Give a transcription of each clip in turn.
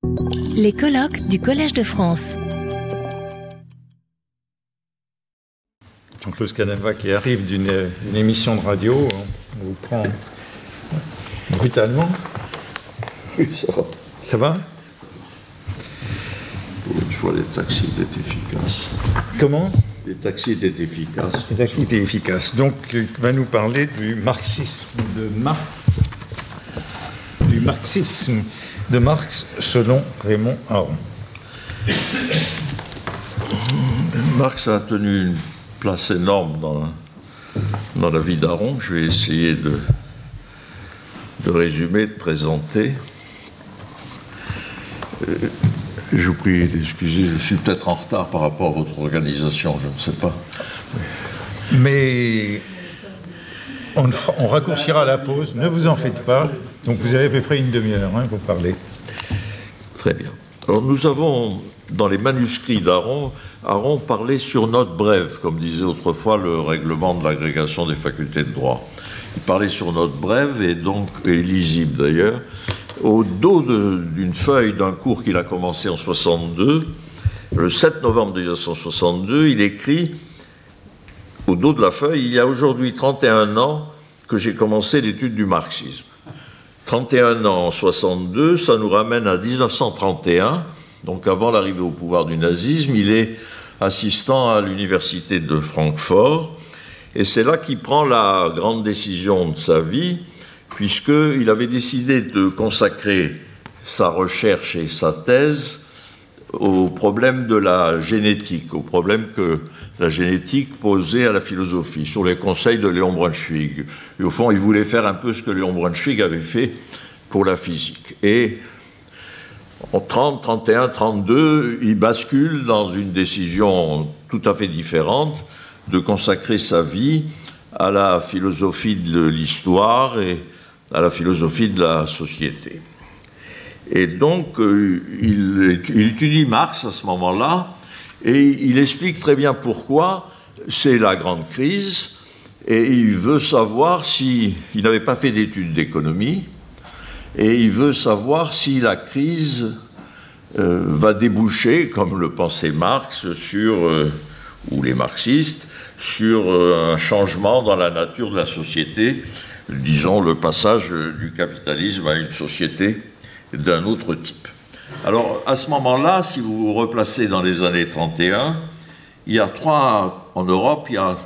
Les colloques du Collège de France. Jean-Claude Caneva qui arrive d'une émission de radio, on vous prend brutalement. Oui, ça va. Ça va? Je vois les taxis étaient efficaces. Comment? Les taxis étaient efficaces. Les taxis étaient efficaces. Donc, il va nous parler du marxisme de Marx selon Raymond Aron. Marx a tenu une place énorme dans la vie d'Aron. Je vais essayer de résumer, de présenter. Je vous prie d'excuser, je suis peut-être en retard par rapport à votre organisation, je ne sais pas. Mais on raccourcira la pause, ne vous en faites pas. Donc vous avez à peu près une demi-heure pour parler. Très bien. Alors nous avons, dans les manuscrits d'Aron, Aron parlait sur note brève, comme disait autrefois le règlement de l'agrégation des facultés de droit. Il parlait sur note brève et donc lisible d'ailleurs. Au dos d'une feuille d'un cours qu'il a commencé en 62, le 7 novembre 1962, il écrit, au dos de la feuille, « Il y a aujourd'hui 31 ans que j'ai commencé l'étude du marxisme. 31 ans en 62, ça nous ramène à 1931, donc avant l'arrivée au pouvoir du nazisme. Il est assistant à l'université de Francfort, et c'est là qu'il prend la grande décision de sa vie, puisqu'il avait décidé de consacrer sa recherche et sa thèse au problème de la génétique, au problème que la génétique posait à la philosophie, sur les conseils de Léon Brunswick. Et au fond, il voulait faire un peu ce que Léon Brunswick avait fait pour la physique. Et en 30, 31, 32, il bascule dans une décision tout à fait différente de consacrer sa vie à la philosophie de l'histoire et à la philosophie de la société. Et donc, il étudie Marx à ce moment-là, et il explique très bien pourquoi c'est la grande crise, et il veut savoir si... Il n'avait pas fait d'études d'économie, et il veut savoir si la crise va déboucher, comme le pensait Marx, sur, ou les marxistes, sur un changement dans la nature de la société, disons le passage du capitalisme à une société d'un autre type. Alors, à ce moment-là, si vous vous replacez dans les années 31, en Europe, il y a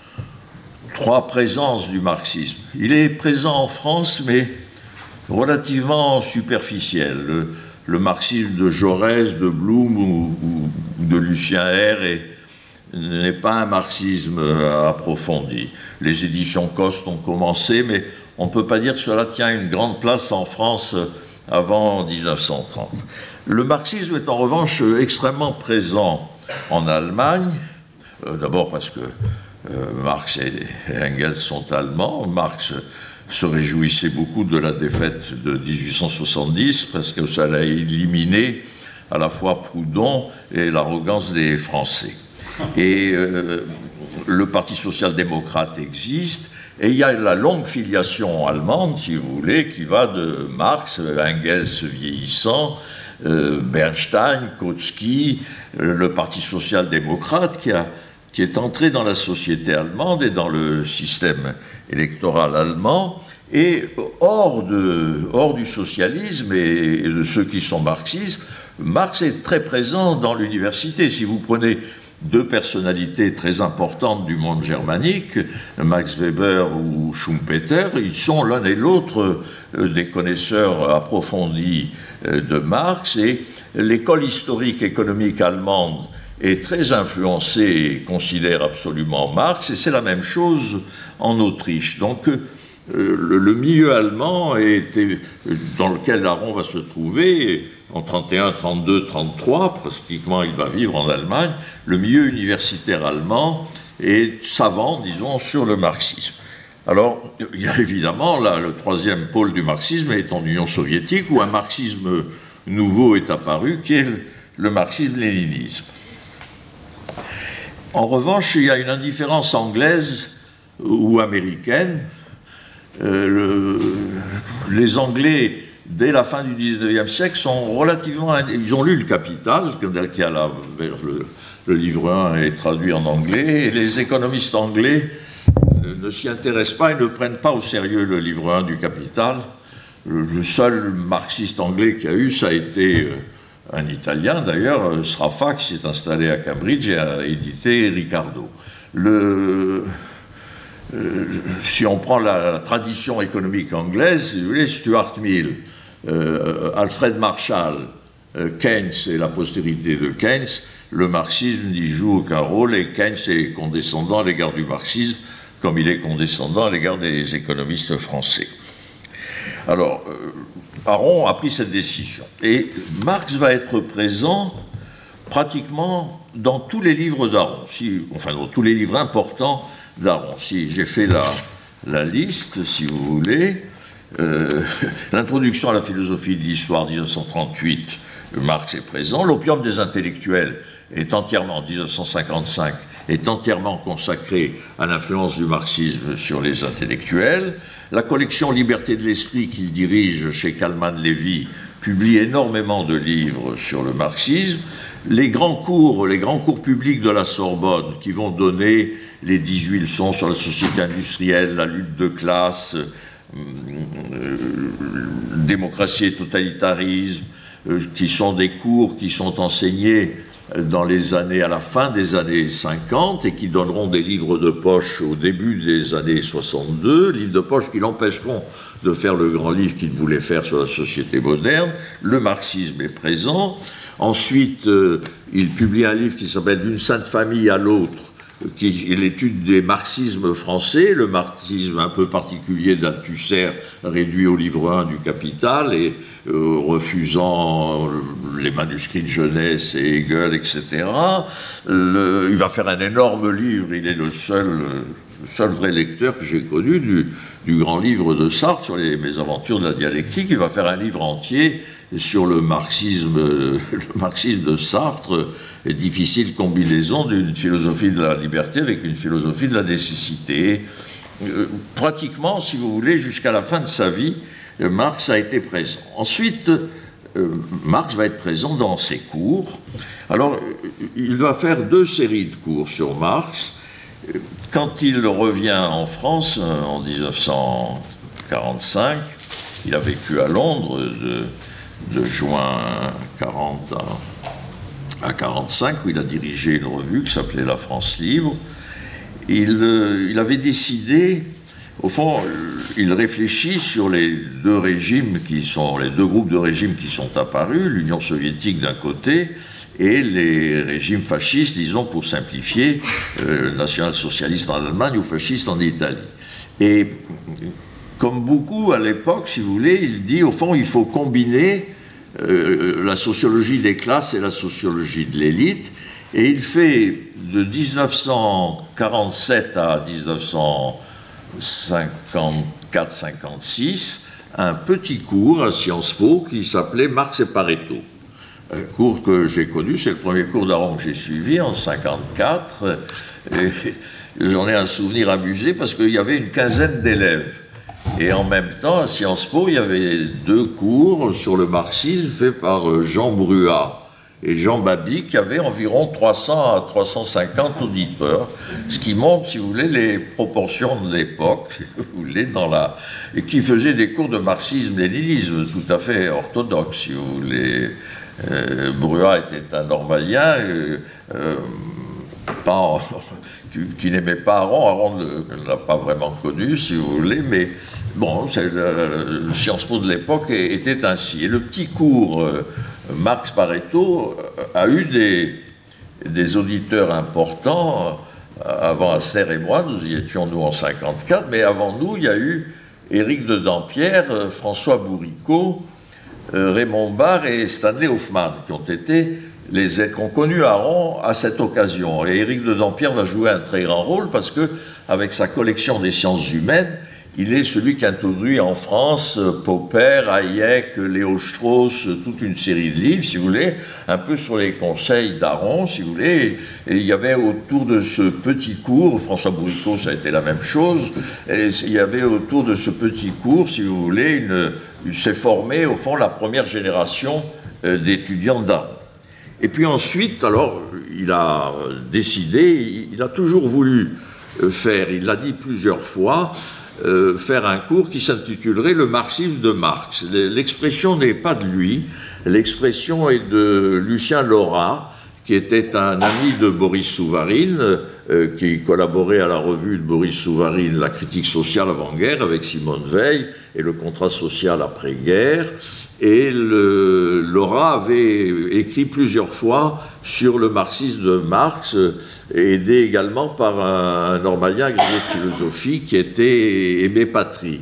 trois présences du marxisme. Il est présent en France, mais relativement superficiel. Le marxisme de Jaurès, de Blum ou de Lucien R n'est pas un marxisme approfondi. Les éditions Coste ont commencé, mais on ne peut pas dire que cela tient une grande place en France avant 1930. Le marxisme est en revanche extrêmement présent en Allemagne, d'abord parce que Marx et Engels sont allemands. Marx se réjouissait beaucoup de la défaite de 1870 parce que ça l'a éliminé à la fois Proudhon et l'arrogance des Français. Et le Parti social-démocrate existe, et il y a la longue filiation allemande, si vous voulez, qui va de Marx, Engels vieillissant, Bernstein, Kautsky, le Parti social-démocrate qui est entré dans la société allemande et dans le système électoral allemand, et hors du socialisme et de ceux qui sont marxistes, Marx est très présent dans l'université. Si vous prenez deux personnalités très importantes du monde germanique, Max Weber ou Schumpeter, ils sont l'un et l'autre des connaisseurs approfondis de Marx, et l'école historique économique allemande est très influencée et considère absolument Marx, et c'est la même chose en Autriche. Donc le milieu allemand dans lequel Aron va se trouver en 31, 32, 33, pratiquement il va vivre en Allemagne, le milieu universitaire allemand est savant, disons, sur le marxisme. Alors, il y a évidemment, là, le troisième pôle du marxisme est en Union soviétique, où un marxisme nouveau est apparu, qui est le marxisme-léninisme. En revanche, il y a une indifférence anglaise ou américaine. Les Anglais dès la fin du XIXe siècle, sont relativement... Ils ont lu le Capital, qui a le livre 1 est traduit en anglais, et les économistes anglais ne s'y intéressent pas et ne prennent pas au sérieux le livre 1 du Capital. Le seul marxiste anglais qu'il y a eu, ça a été un Italien d'ailleurs, Sraffa, qui s'est installé à Cambridge et a édité Ricardo. Si on prend la tradition économique anglaise, si vous voulez, Stuart Mill, Alfred Marshall, Keynes et la postérité de Keynes, le marxisme n'y joue aucun rôle et Keynes est condescendant à l'égard du marxisme comme il est condescendant à l'égard des économistes français. Alors, Aron a pris cette décision et Marx va être présent pratiquement dans tous les livres d'Aron, enfin dans tous les livres importants d'Aron. Si j'ai fait la liste, si vous voulez, l'introduction à la philosophie de l'histoire 1938, Marx est présent. L'opium des intellectuels est entièrement, en 1955, est entièrement consacré à l'influence du marxisme sur les intellectuels. La collection Liberté de l'esprit qu'il dirige chez Kalman-Lévy publie énormément de livres sur le marxisme. Les grands cours publics de la Sorbonne qui vont donner les 18 leçons sur la société industrielle, la lutte de classe, démocratie et totalitarisme, qui sont des cours qui sont enseignés à la fin des années 50 et qui donneront des livres de poche au début des années 62, livres de poche qui l'empêcheront de faire le grand livre qu'il voulait faire sur la société moderne. Le marxisme est présent. Ensuite, il publie un livre qui s'appelle « D'une sainte famille à l'autre », qui est l'étude des marxismes français, le marxisme un peu particulier d'Althusser, réduit au livre 1 du Capital, et refusant les manuscrits de jeunesse et Hegel, etc. Il va faire un énorme livre, il est le seul vrai lecteur que j'ai connu du grand livre de Sartre sur les mésaventures de la dialectique. Il va faire un livre entier sur le marxisme de Sartre, et difficile combinaison d'une philosophie de la liberté avec une philosophie de la nécessité. Pratiquement, si vous voulez, jusqu'à la fin de sa vie, Marx a été présent. Ensuite, Marx va être présent dans ses cours. Alors, il va faire 2 séries de cours sur Marx. Quand il revient en France, en 1945, il a vécu à Londres de juin 40 à 45, où il a dirigé une revue qui s'appelait La France Libre. Il avait décidé, au fond, il réfléchit sur les 2 régimes les 2 groupes de régimes qui sont apparus, l'Union soviétique d'un côté et les régimes fascistes, disons pour simplifier, national-socialistes en Allemagne ou fascistes en Italie. Et comme beaucoup à l'époque, si vous voulez, il dit au fond il faut combiner la sociologie des classes et la sociologie de l'élite, et il fait de 1947 à 1954-56 un petit cours à Sciences Po qui s'appelait Marx et Pareto. Un cours que j'ai connu, c'est le premier cours d'Aron que j'ai suivi en 1954, et j'en ai un souvenir amusé parce qu'il y avait une quinzaine d'élèves. Et en même temps, à Sciences Po, il y avait 2 cours sur le marxisme faits par Jean Bruat et Jean Babi, qui avaient environ 300 à 350 auditeurs, ce qui montre, si vous voulez, les proportions de l'époque, si vous voulez, et qui faisaient des cours de marxisme-léninisme tout à fait orthodoxes, si vous voulez. Bruat était un normalien, qui n'aimait pas Aron. Aron ne l'a pas vraiment connu, si vous voulez, mais bon, le Sciences Po de l'époque était ainsi. Et le petit cours Marx-Pareto a eu des auditeurs importants. Avant Aster et moi, nous y étions nous en 1954, mais avant nous, il y a eu Éric de Dampierre, François Bourricot, Raymond Barre et Stanley Hoffmann, qui ont connu Aron à cette occasion. Et Éric de Dampierre va jouer un très grand rôle parce que, avec sa collection des sciences humaines, il est celui qui introduit en France Popper, Hayek, Léo Strauss, toute une série de livres, si vous voulez, un peu sur les conseils d'Aron, si vous voulez. Et il y avait autour de ce petit cours, François Bourricot, ça a été la même chose, et il y avait autour de ce petit cours, si vous voulez, s'est formée, au fond, la première génération d'étudiants d'Aron. Et puis ensuite, alors, il a décidé, il a toujours voulu faire, il l'a dit plusieurs fois, faire un cours qui s'intitulerait « Le marxisme de Marx ». L'expression n'est pas de lui, l'expression est de Lucien Lora, qui était un ami de Boris Souvarine, qui collaborait à la revue de Boris Souvarine, La critique sociale avant-guerre, avec Simone Veil, et le contrat social après-guerre. Et Lora avait écrit plusieurs fois sur le marxisme de Marx, aidé également par un normalien agrégé de philosophie qui était Aimé Patry.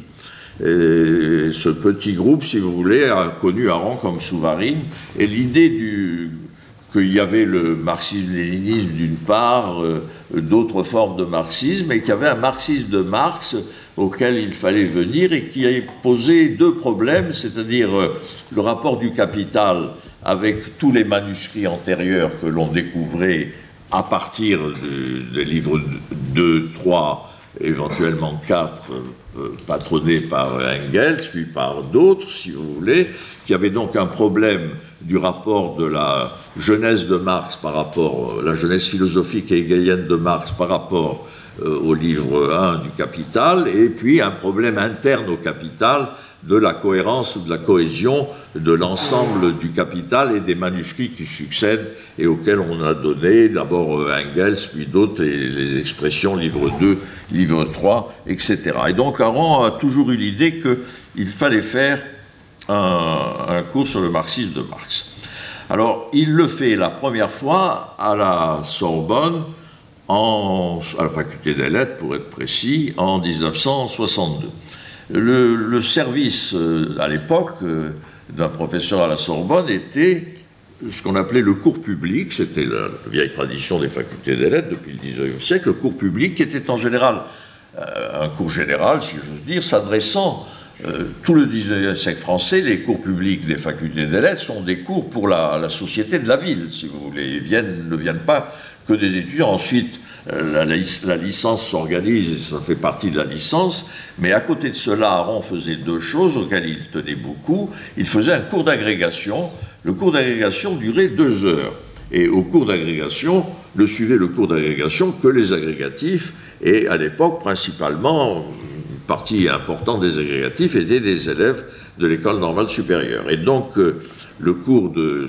Et ce petit groupe, si vous voulez, a connu Aron comme Souvarine, et l'idée qu'il y avait le marxisme-léninisme d'une part, d'autres formes de marxisme, et qu'il y avait un marxisme de Marx auquel il fallait venir et qui a posé deux problèmes, c'est-à-dire le rapport du capital avec tous les manuscrits antérieurs que l'on découvrait à partir des livres 2, 3, éventuellement 4, patronnés par Engels, puis par d'autres, si vous voulez, qui avait donc un problème du rapport de la jeunesse de Marx par rapport, la jeunesse philosophique et hegélienne de Marx par rapport au livre 1 du Capital, et puis un problème interne au Capital de la cohérence ou de la cohésion de l'ensemble du Capital et des manuscrits qui succèdent et auxquels on a donné d'abord Engels, puis d'autres, et les expressions livre 2, livre 3, etc. Et donc Aron a toujours eu l'idée qu'il fallait faire un cours sur le marxisme de Marx. Alors il le fait la première fois à la Sorbonne, à la faculté des lettres pour être précis, en 1962. Le service à l'époque d'un professeur à la Sorbonne était ce qu'on appelait le cours public, c'était la vieille tradition des facultés des lettres depuis le XIXe siècle, le cours public qui était en général un cours général, si j'ose dire, s'adressant tout le XIXe siècle français, les cours publics des facultés des lettres sont des cours pour la société de la ville, si vous voulez, ne viennent pas que des étudiants. Ensuite, la licence s'organise et ça fait partie de la licence, mais à côté de cela, Aron faisait deux choses auxquelles il tenait beaucoup. Il faisait un cours d'agrégation. Le cours d'agrégation durait 2 heures. Et au cours d'agrégation, ne suivait le cours d'agrégation que les agrégatifs, et à l'époque, principalement, une partie importante des agrégatifs étaient des élèves de l'école normale supérieure. Et donc, le cours de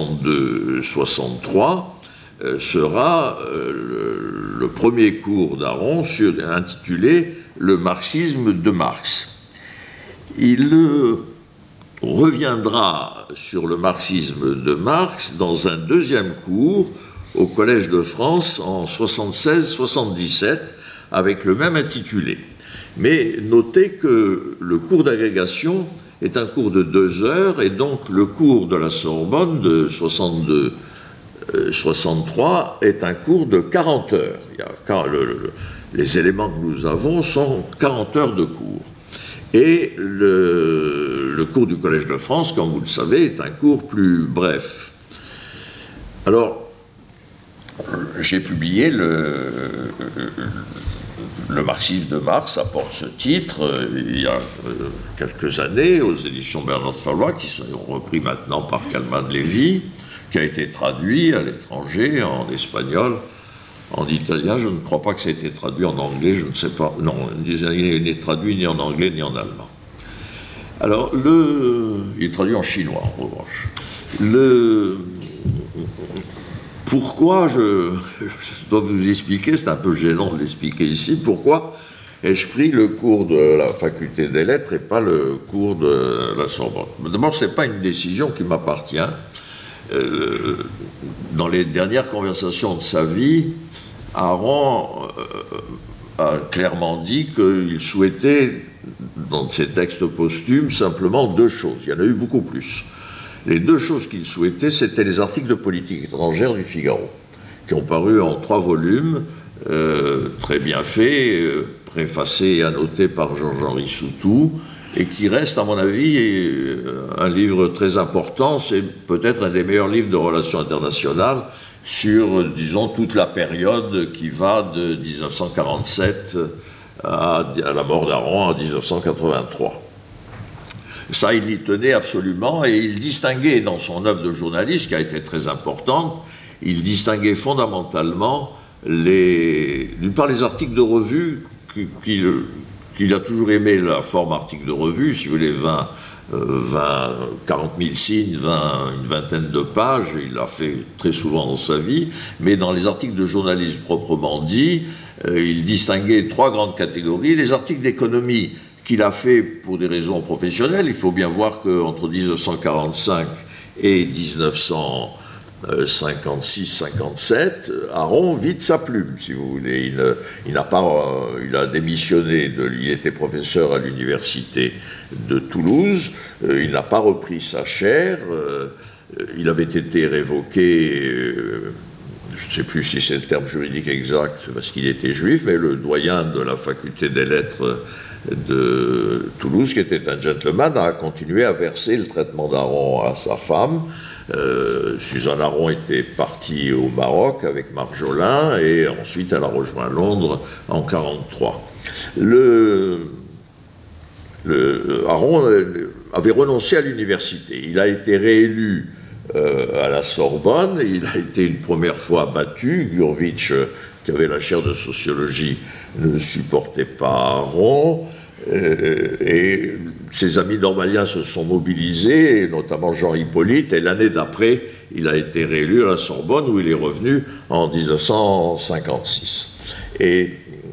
62-63 sera le premier cours d'Aron intitulé « Le marxisme de Marx ». Il reviendra sur le marxisme de Marx dans un deuxième cours au Collège de France en 76-77 avec le même intitulé. Mais notez que le cours d'agrégation est un cours de 2 heures et donc le cours de la Sorbonne de 62-63 est un cours de 40 heures. Les éléments que nous avons sont 40 heures de cours. Et le cours du Collège de France, comme vous le savez, est un cours plus bref. Alors, j'ai publié le marxisme de Marx, ça porte ce titre, il y a quelques années, aux éditions Bernard Fallois, qui sont repris maintenant par Calman Lévy, qui a été traduit à l'étranger, en espagnol, en italien. Je ne crois pas que ça ait été traduit en anglais, je ne sais pas. Non, il n'est traduit ni en anglais ni en allemand. Alors, il est traduit en chinois, en revanche. Pourquoi, je dois vous expliquer, c'est un peu gênant de l'expliquer ici, pourquoi ai-je pris le cours de la faculté des lettres et pas le cours de la Sorbonne. D'abord, ce n'est pas une décision qui m'appartient. Dans les dernières conversations de sa vie, Aron a clairement dit qu'il souhaitait, dans ses textes posthumes, simplement 2 choses. Il y en a eu beaucoup plus. Les 2 choses qu'il souhaitait, c'était les articles de politique étrangère du Figaro, qui ont paru en 3 volumes très bien fait, préfacé et annoté par Georges-Henri Soutou, et qui reste, à mon avis, un livre très important. C'est peut-être un des meilleurs livres de relations internationales sur, disons, toute la période qui va de 1947 à la mort d'Aron en 1983. Ça, il y tenait absolument, et il distinguait dans son œuvre de journaliste, qui a été très importante, il distinguait fondamentalement d'une part les articles de revue, qu'il a toujours aimé la forme article de revue, si vous voulez, 40 000 signes, une vingtaine de pages, il l'a fait très souvent dans sa vie, mais dans les articles de journalisme proprement dit, il distinguait trois grandes catégories. Les articles d'économie qu'il a fait pour des raisons professionnelles. Il faut bien voir qu'entre 1945 et 1956-57, Aron vide sa plume, si vous voulez. Il a démissionné, il était professeur à l'université de Toulouse, il n'a pas repris sa chaire, il avait été révoqué, je ne sais plus si c'est le terme juridique exact, parce qu'il était juif, mais le doyen de la faculté des lettres de Toulouse, qui était un gentleman, a continué à verser le traitement d'Aron à sa femme. Suzanne Aron était partie au Maroc avec Marjolin, et ensuite elle a rejoint Londres en 1943. Aron avait renoncé à l'université. Il a été réélu à la Sorbonne. Il a été une première fois battu. Gurvitch, qui avait la chaire de sociologie, ne supportait pas Aron, et ses amis normaliens se sont mobilisés, notamment Jean Hippolyte, et l'année d'après, il a été réélu à la Sorbonne, où il est revenu en 1956. Et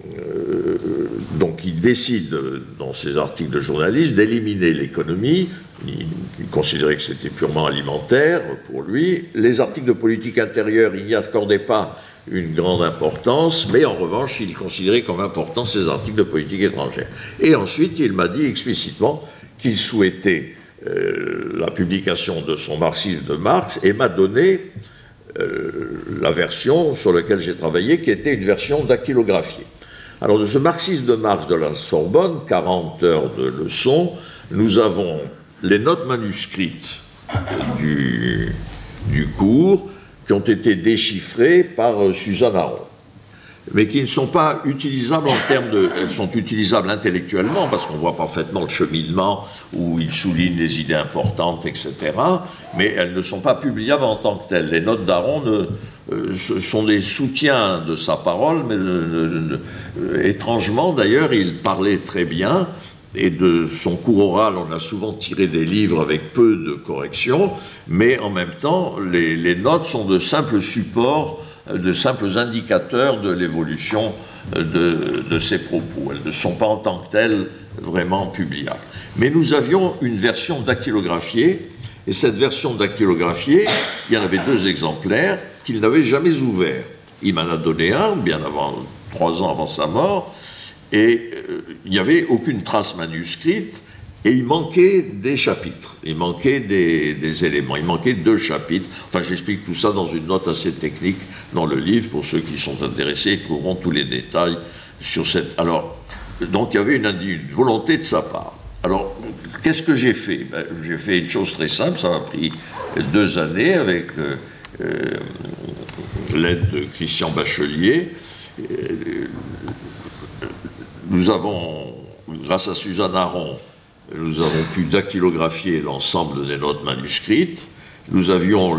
donc il décide, dans ses articles de journaliste, d'éliminer l'économie. Il considérait que c'était purement alimentaire pour lui. Les articles de politique intérieure, il n'y accordait pas une grande importance, mais en revanche, il considérait comme important ces articles de politique étrangère. Et ensuite, il m'a dit explicitement qu'il souhaitait la publication de son marxisme de Marx, et m'a donné la version sur laquelle j'ai travaillé, qui était une version dactylographiée. Alors, de ce marxisme de Marx de la Sorbonne, 40 heures de leçons, nous avons les notes manuscrites du cours, qui ont été déchiffrées par Suzanne Aron, mais qui ne sont pas utilisables en termes de... Elles sont utilisables intellectuellement, parce qu'on voit parfaitement le cheminement, où il souligne les idées importantes, etc., mais elles ne sont pas publiables en tant que telles. Les notes d'Aron sont des soutiens de sa parole, mais étrangement, d'ailleurs, il parlait très bien, et de son cours oral, on a souvent tiré des livres avec peu de corrections, mais en même temps, les notes sont de simples supports, de simples indicateurs de l'évolution de ses propos. Elles ne sont pas en tant que telles vraiment publiables. Mais nous avions une version dactylographiée, et cette version dactylographiée, il y en avait 2 exemplaires qu'il n'avait jamais ouverts. Il m'en a donné un, bien avant, 3 ans avant sa mort, et il n'y avait aucune trace manuscrite, et il manquait des chapitres, il manquait des éléments, il manquait 2 chapitres. Enfin, j'explique tout ça dans une note assez technique dans le livre, pour ceux qui sont intéressés, ils trouveront tous les détails sur cette... Alors, donc il y avait une volonté de sa part. Alors, qu'est-ce que j'ai fait? J'ai fait une chose très simple, ça m'a pris 2 années avec l'aide de Christian Bachelier. Nous avons, grâce à Suzanne Aron, nous avons pu dactylographier l'ensemble des notes manuscrites. Nous avions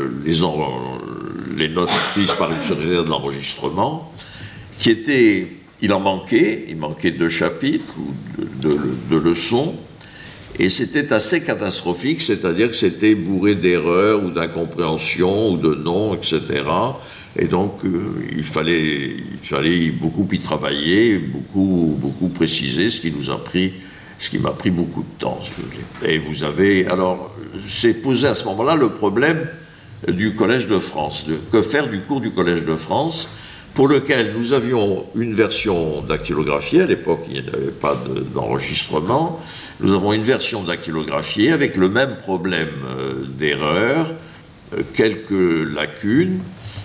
les notes prises par une secrétaire de l'enregistrement, qui étaient, il manquait 2 chapitres ou 2 leçons, et c'était assez catastrophique, c'est-à-dire que c'était bourré d'erreurs ou d'incompréhensions ou de noms, etc. Et donc, il fallait beaucoup y travailler, beaucoup préciser, ce qui m'a pris beaucoup de temps. Et vous avez... Alors, c'est posé à ce moment-là le problème du Collège de France. Que faire du cours du Collège de France, pour lequel nous avions une version dactylographiée. À l'époque, il n'y avait pas d'enregistrement. Nous avons une version dactylographiée avec le même problème d'erreur, quelques lacunes,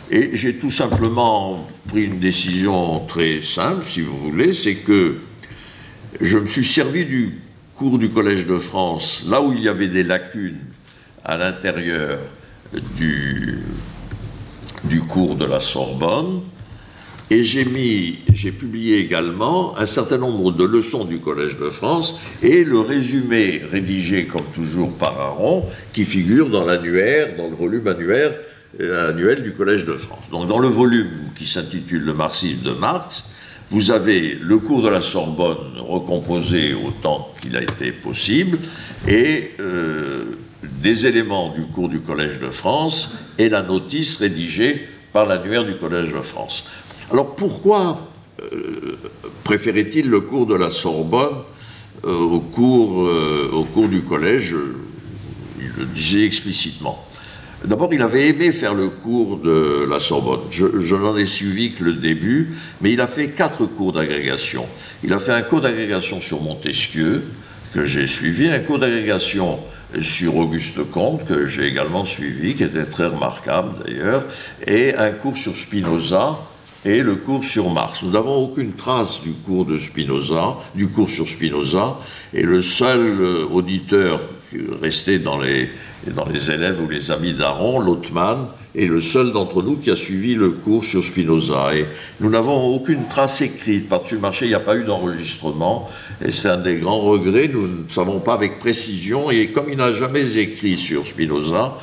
Et j'ai tout simplement pris une décision très simple, si vous voulez, c'est que je me suis servi du cours du Collège de France, là où il y avait des lacunes à l'intérieur du cours de la Sorbonne, et j'ai publié également un certain nombre de leçons du Collège de France et le résumé rédigé comme toujours par Aron qui figure dans l'annuaire, dans le volume annuel du Collège de France. Donc dans le volume qui s'intitule Le marxisme de Marx, vous avez le cours de la Sorbonne recomposé autant qu'il a été possible et des éléments du cours du Collège de France et la notice rédigée par l'annuaire du Collège de France. Alors pourquoi préférait-il le cours de la Sorbonne au cours du collège? Il le disait explicitement. D'abord, il avait aimé faire le cours de la Sorbonne. Je n'en ai suivi que le début, mais il a fait 4 cours d'agrégation. Il a fait un cours d'agrégation sur Montesquieu, que j'ai suivi, un cours d'agrégation sur Auguste Comte, que j'ai également suivi, qui était très remarquable d'ailleurs, et un cours sur Spinoza, et le cours sur Marx. Nous n'avons aucune trace du cours sur Spinoza, et le seul auditeur resté dans les élèves ou les amis d'Aron, Lothman, est le seul d'entre nous qui a suivi le cours sur Spinoza. Et nous n'avons aucune trace écrite. Par-dessus le marché, il n'y a pas eu d'enregistrement, et c'est un des grands regrets. Nous ne savons pas avec précision, et comme il n'a jamais écrit sur Spinoza,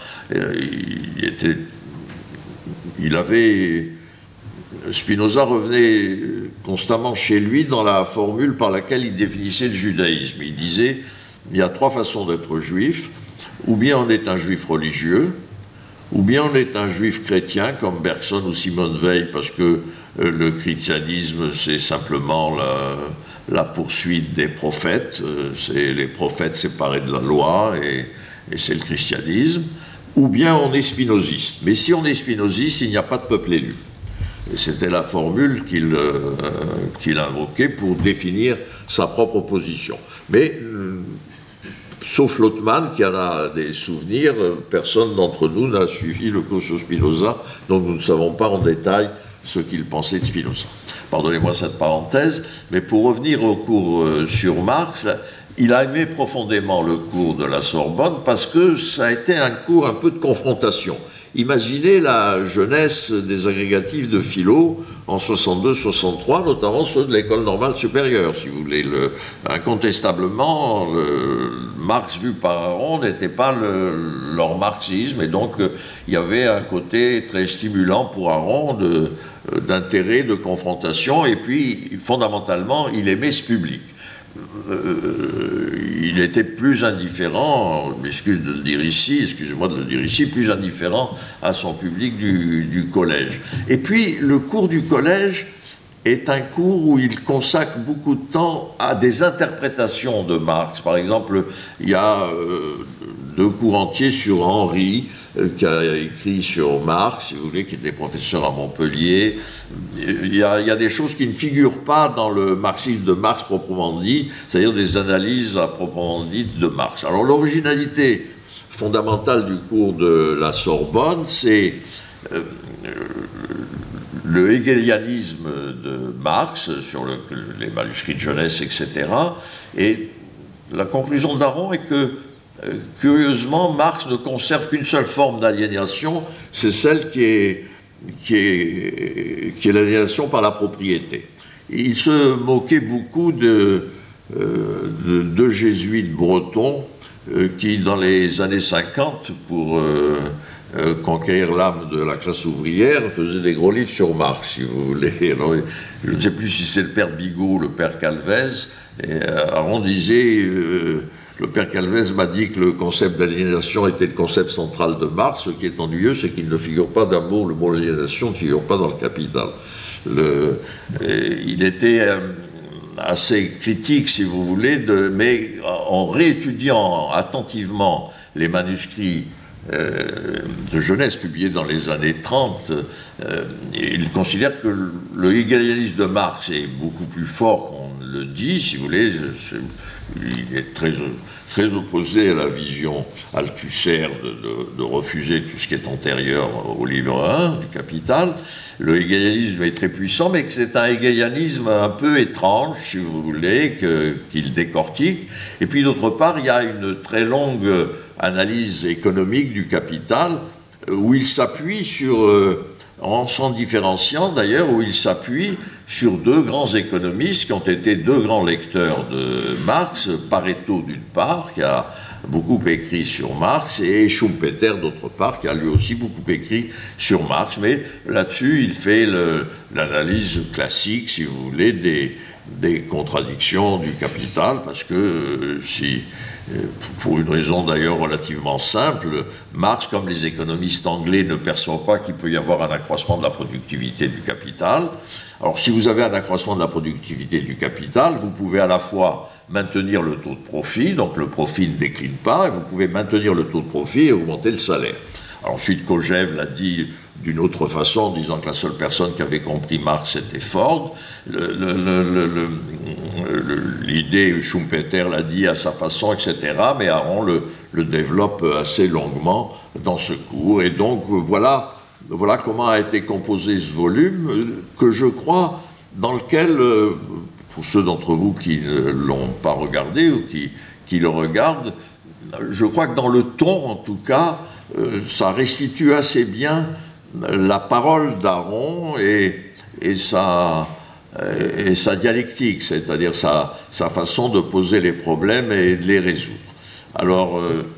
Spinoza revenait constamment chez lui dans la formule par laquelle il définissait le judaïsme. Il disait, il y a 3 façons d'être juif, ou bien on est un juif religieux, ou bien on est un juif chrétien, comme Bergson ou Simone Weil, parce que le christianisme, c'est simplement la poursuite des prophètes, c'est les prophètes séparés de la loi, et c'est le christianisme, ou bien on est spinoziste. Mais si on est spinoziste, il n'y a pas de peuple élu. Et c'était la formule qu'il invoquait pour définir sa propre position. Mais, sauf Lothman, qui en a des souvenirs, personne d'entre nous n'a suivi le cours sur Spinoza, donc nous ne savons pas en détail ce qu'il pensait de Spinoza. Pardonnez-moi cette parenthèse, mais pour revenir au cours sur Marx, il a aimé profondément le cours de la Sorbonne parce que ça a été un cours un peu de confrontation. Imaginez la jeunesse des agrégatifs de philo en 62-63, notamment ceux de l'école normale supérieure, si vous voulez. Incontestablement, Marx vu par Aron n'était pas leur marxisme, et donc il y avait un côté très stimulant pour Aron d'intérêt, de confrontation, et puis fondamentalement, il aimait ce public. Il était plus indifférent, excusez-moi de le dire ici, plus indifférent à son public du collège. Et puis, le cours du collège est un cours où il consacre beaucoup de temps à des interprétations de Marx. Par exemple, il y a 2 cours entiers sur Henry, qui a écrit sur Marx, si vous voulez, qui était professeur à Montpellier. Il y a des choses qui ne figurent pas dans le marxisme de Marx proprement dit, c'est-à-dire des analyses à proprement dites de Marx. Alors l'originalité fondamentale du cours de la Sorbonne, c'est le hegelianisme de Marx sur les manuscrits de jeunesse, etc. Et la conclusion d'Aron est que curieusement, Marx ne conserve qu'une seule forme d'aliénation, c'est celle qui est l'aliénation par la propriété. Il se moquait beaucoup de 2 jésuites bretons qui, dans les années 50, pour conquérir l'âme de la classe ouvrière, faisaient des gros livres sur Marx, si vous voulez. Alors, je ne sais plus si c'est le père Bigot ou le père Calvez, et Aron disait... Le père Calvez m'a dit que le concept d'aliénation était le concept central de Marx. Ce qui est ennuyeux, c'est qu'il ne figure pas d'amour, le mot aliénation ne figure pas dans le Capital. Il était assez critique, si vous voulez, mais en réétudiant attentivement les manuscrits de jeunesse publiés dans les années 30, il considère que le hegelianisme de Marx est beaucoup plus fort qu'on le dit, si vous voulez, il est très opposé à la vision althussaire de refuser tout ce qui est antérieur au livre 1 du Capital. Le hegelianisme est très puissant, mais que c'est un hegelianisme un peu étrange, si vous voulez, qu'il décortique. Et puis d'autre part, il y a une très longue analyse économique du Capital, où il s'appuie sur, en s'en différenciant d'ailleurs, où il s'appuie sur deux grands économistes qui ont été deux grands lecteurs de Marx, Pareto d'une part, qui a beaucoup écrit sur Marx, et Schumpeter d'autre part, qui a lui aussi beaucoup écrit sur Marx. Mais là-dessus, il fait l'analyse classique, si vous voulez, des contradictions du Capital, parce que pour une raison d'ailleurs relativement simple, Marx, comme les économistes anglais, ne perçoit pas qu'il peut y avoir un accroissement de la productivité du capital. Alors si vous avez un accroissement de la productivité du capital, vous pouvez à la fois maintenir le taux de profit, donc le profit ne décline pas, et vous pouvez maintenir le taux de profit et augmenter le salaire. Alors ensuite, Kojève l'a dit d'une autre façon, en disant que la seule personne qui avait compris Marx était Ford. L'idée, Schumpeter l'a dit à sa façon, etc., mais Aron le développe assez longuement dans ce cours. Et donc, voilà comment a été composé ce volume, que je crois, dans lequel, pour ceux d'entre vous qui ne l'ont pas regardé ou qui le regardent, je crois que dans le ton, en tout cas, ça restitue assez bien la parole d'Aron et sa dialectique, c'est-à-dire sa façon de poser les problèmes et de les résoudre. Alors,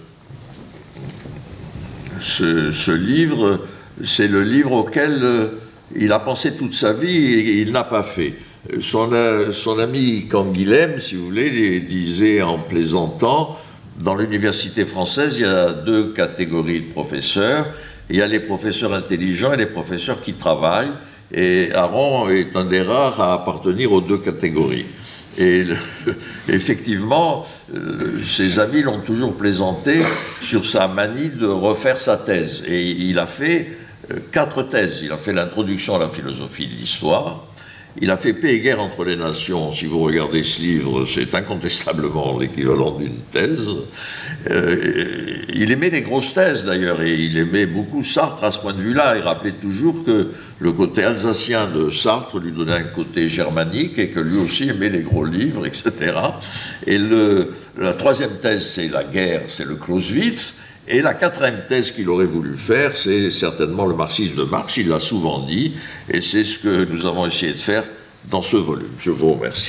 ce livre, c'est le livre auquel il a pensé toute sa vie et il n'a pas fait. Son ami Canguilhem, si vous voulez, disait en plaisantant, dans l'université française, il y a deux catégories de professeurs. Il y a les professeurs intelligents et les professeurs qui travaillent. Et Aron est un des rares à appartenir aux deux catégories. Et effectivement, ses amis l'ont toujours plaisanté sur sa manie de refaire sa thèse. Et il a fait 4 thèses. Il a fait l'introduction à la philosophie de l'histoire. Il a fait Paix et guerre entre les nations. Si vous regardez ce livre, c'est incontestablement l'équivalent d'une thèse. Il aimait les grosses thèses d'ailleurs, et il aimait beaucoup Sartre à ce point de vue-là. Il rappelait toujours que le côté alsacien de Sartre lui donnait un côté germanique et que lui aussi aimait les gros livres, etc. Et la troisième thèse, c'est la guerre, c'est le Clausewitz. Et la quatrième thèse qu'il aurait voulu faire, c'est certainement le marxisme de Marx, il l'a souvent dit, et c'est ce que nous avons essayé de faire dans ce volume. Je vous remercie.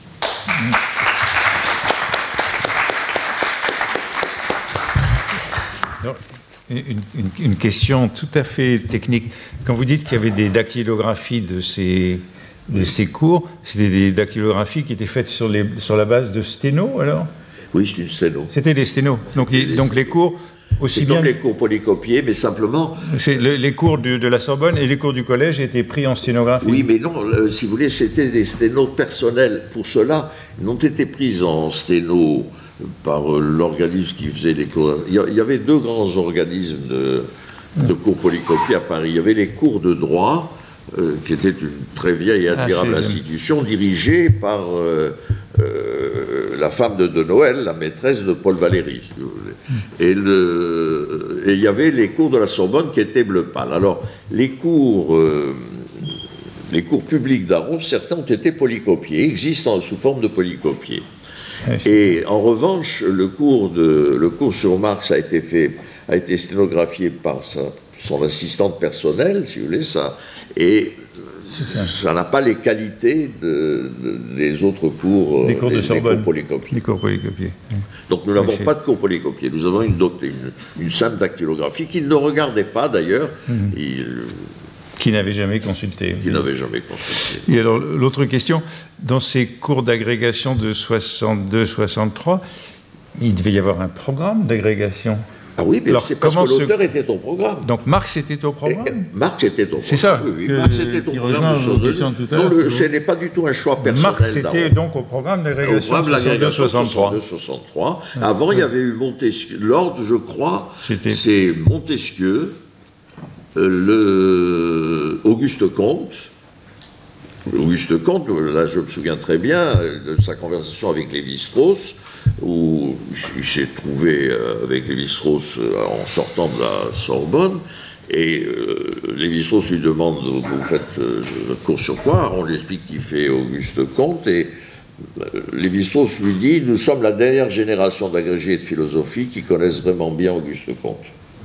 Une question tout à fait technique. Quand vous dites qu'il y avait des dactylographies de ces cours, c'était des dactylographies qui étaient faites sur la base de sténos, alors ? Oui, c'est une sténo. C'était des sténos. Donc les cours... C'est comme les cours polycopiés, mais simplement... Les cours de la Sorbonne et les cours du collège étaient pris en sténographie. Oui, mais non, si vous voulez, c'était des sténos personnels. Pour cela, ils n'ont été pris en sténo par l'organisme qui faisait les cours. Il y avait 2 grands organismes de cours polycopiés à Paris. Il y avait les cours de droit, qui était une très vieille et admirable institution, dirigée par la femme de Noël, la maîtresse de Paul Valéry, si vous voulez. Et il y avait les cours de la Sorbonne qui étaient bleu pâle. Alors, les cours publics d'Aron, certains ont été polycopiés, existent sous forme de polycopiés. Et en revanche, le cours sur Marx a été sténographié par son assistante personnelle, si vous voulez, et ça n'a pas les qualités des autres cours, des cours de Sorbonne, cours polycopiés. Des cours polycopiés. Donc nous n'avons pas de cours polycopiés, nous avons une simple dactylographie qu'il ne regardait pas d'ailleurs. Qui n'avait jamais consulté. Et alors l'autre question, dans ces cours d'agrégation de 62-63, il devait y avoir un programme d'agrégation. Ah oui, mais c'est parce que l'auteur était au programme. Donc Marx était au programme. Marx était au programme. C'est ça. Oui, Marx était au programme de Sorbonne. Non, ce n'est pas du tout un choix personnel. Marx était donc au programme d'agrégation de 62-63. Avant, il y avait eu Montesquieu. L'ordre, je crois, c'est Montesquieu, Auguste Comte Auguste Comte, là je me souviens très bien de sa conversation avec Lévi-Strauss, où il s'est trouvé avec Lévi-Strauss en sortant de la Sorbonne, et Lévi-Strauss lui demande vous faites votre cours sur quoi? On lui explique qu'il fait Auguste Comte, et Lévi-Strauss lui dit nous sommes la dernière génération d'agrégés de philosophie qui connaissent vraiment bien Auguste Comte.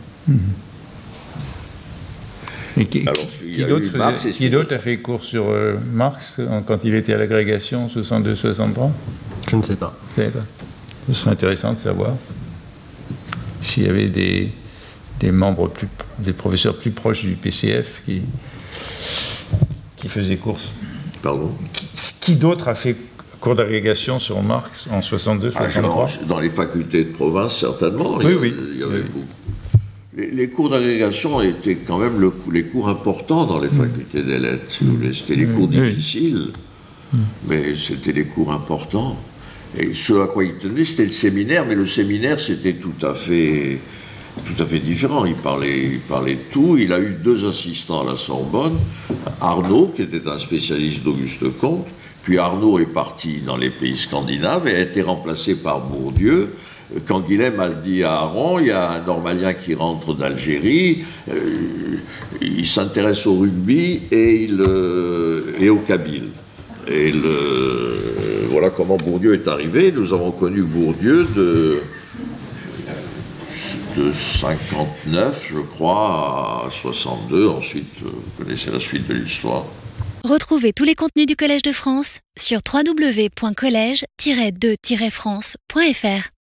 Et qui d'autre a fait cours sur Marx quand il était à l'agrégation 62-63? Je ne sais pas. Ce serait intéressant de savoir s'il y avait des membres, des professeurs plus proches du PCF qui faisaient cours. Pardon? Qui d'autre a fait cours d'agrégation sur Marx en 62-63? Dans les facultés de province, certainement. Oui, il y avait beaucoup. Les cours d'agrégation étaient quand même les cours importants dans les facultés des lettres, si vous voulez. C'était les cours difficiles, mais c'était des cours importants. Et ce à quoi il tenait, c'était le séminaire, mais le séminaire, c'était tout à fait différent. Il parlait de tout. Il a eu 2 assistants à la Sorbonne. Arnaud, qui était un spécialiste d'Auguste Comte, puis Arnaud est parti dans les pays scandinaves et a été remplacé par Bourdieu. Quand Guilhem a dit à Aron, il y a un Normalien qui rentre d'Algérie, il s'intéresse au rugby et au kabyle. Et voilà comment Bourdieu est arrivé. Nous avons connu Bourdieu de 59, je crois, à 62. Ensuite, vous connaissez la suite de l'histoire. Retrouvez tous les contenus du Collège de France sur www.collège-2-france.fr.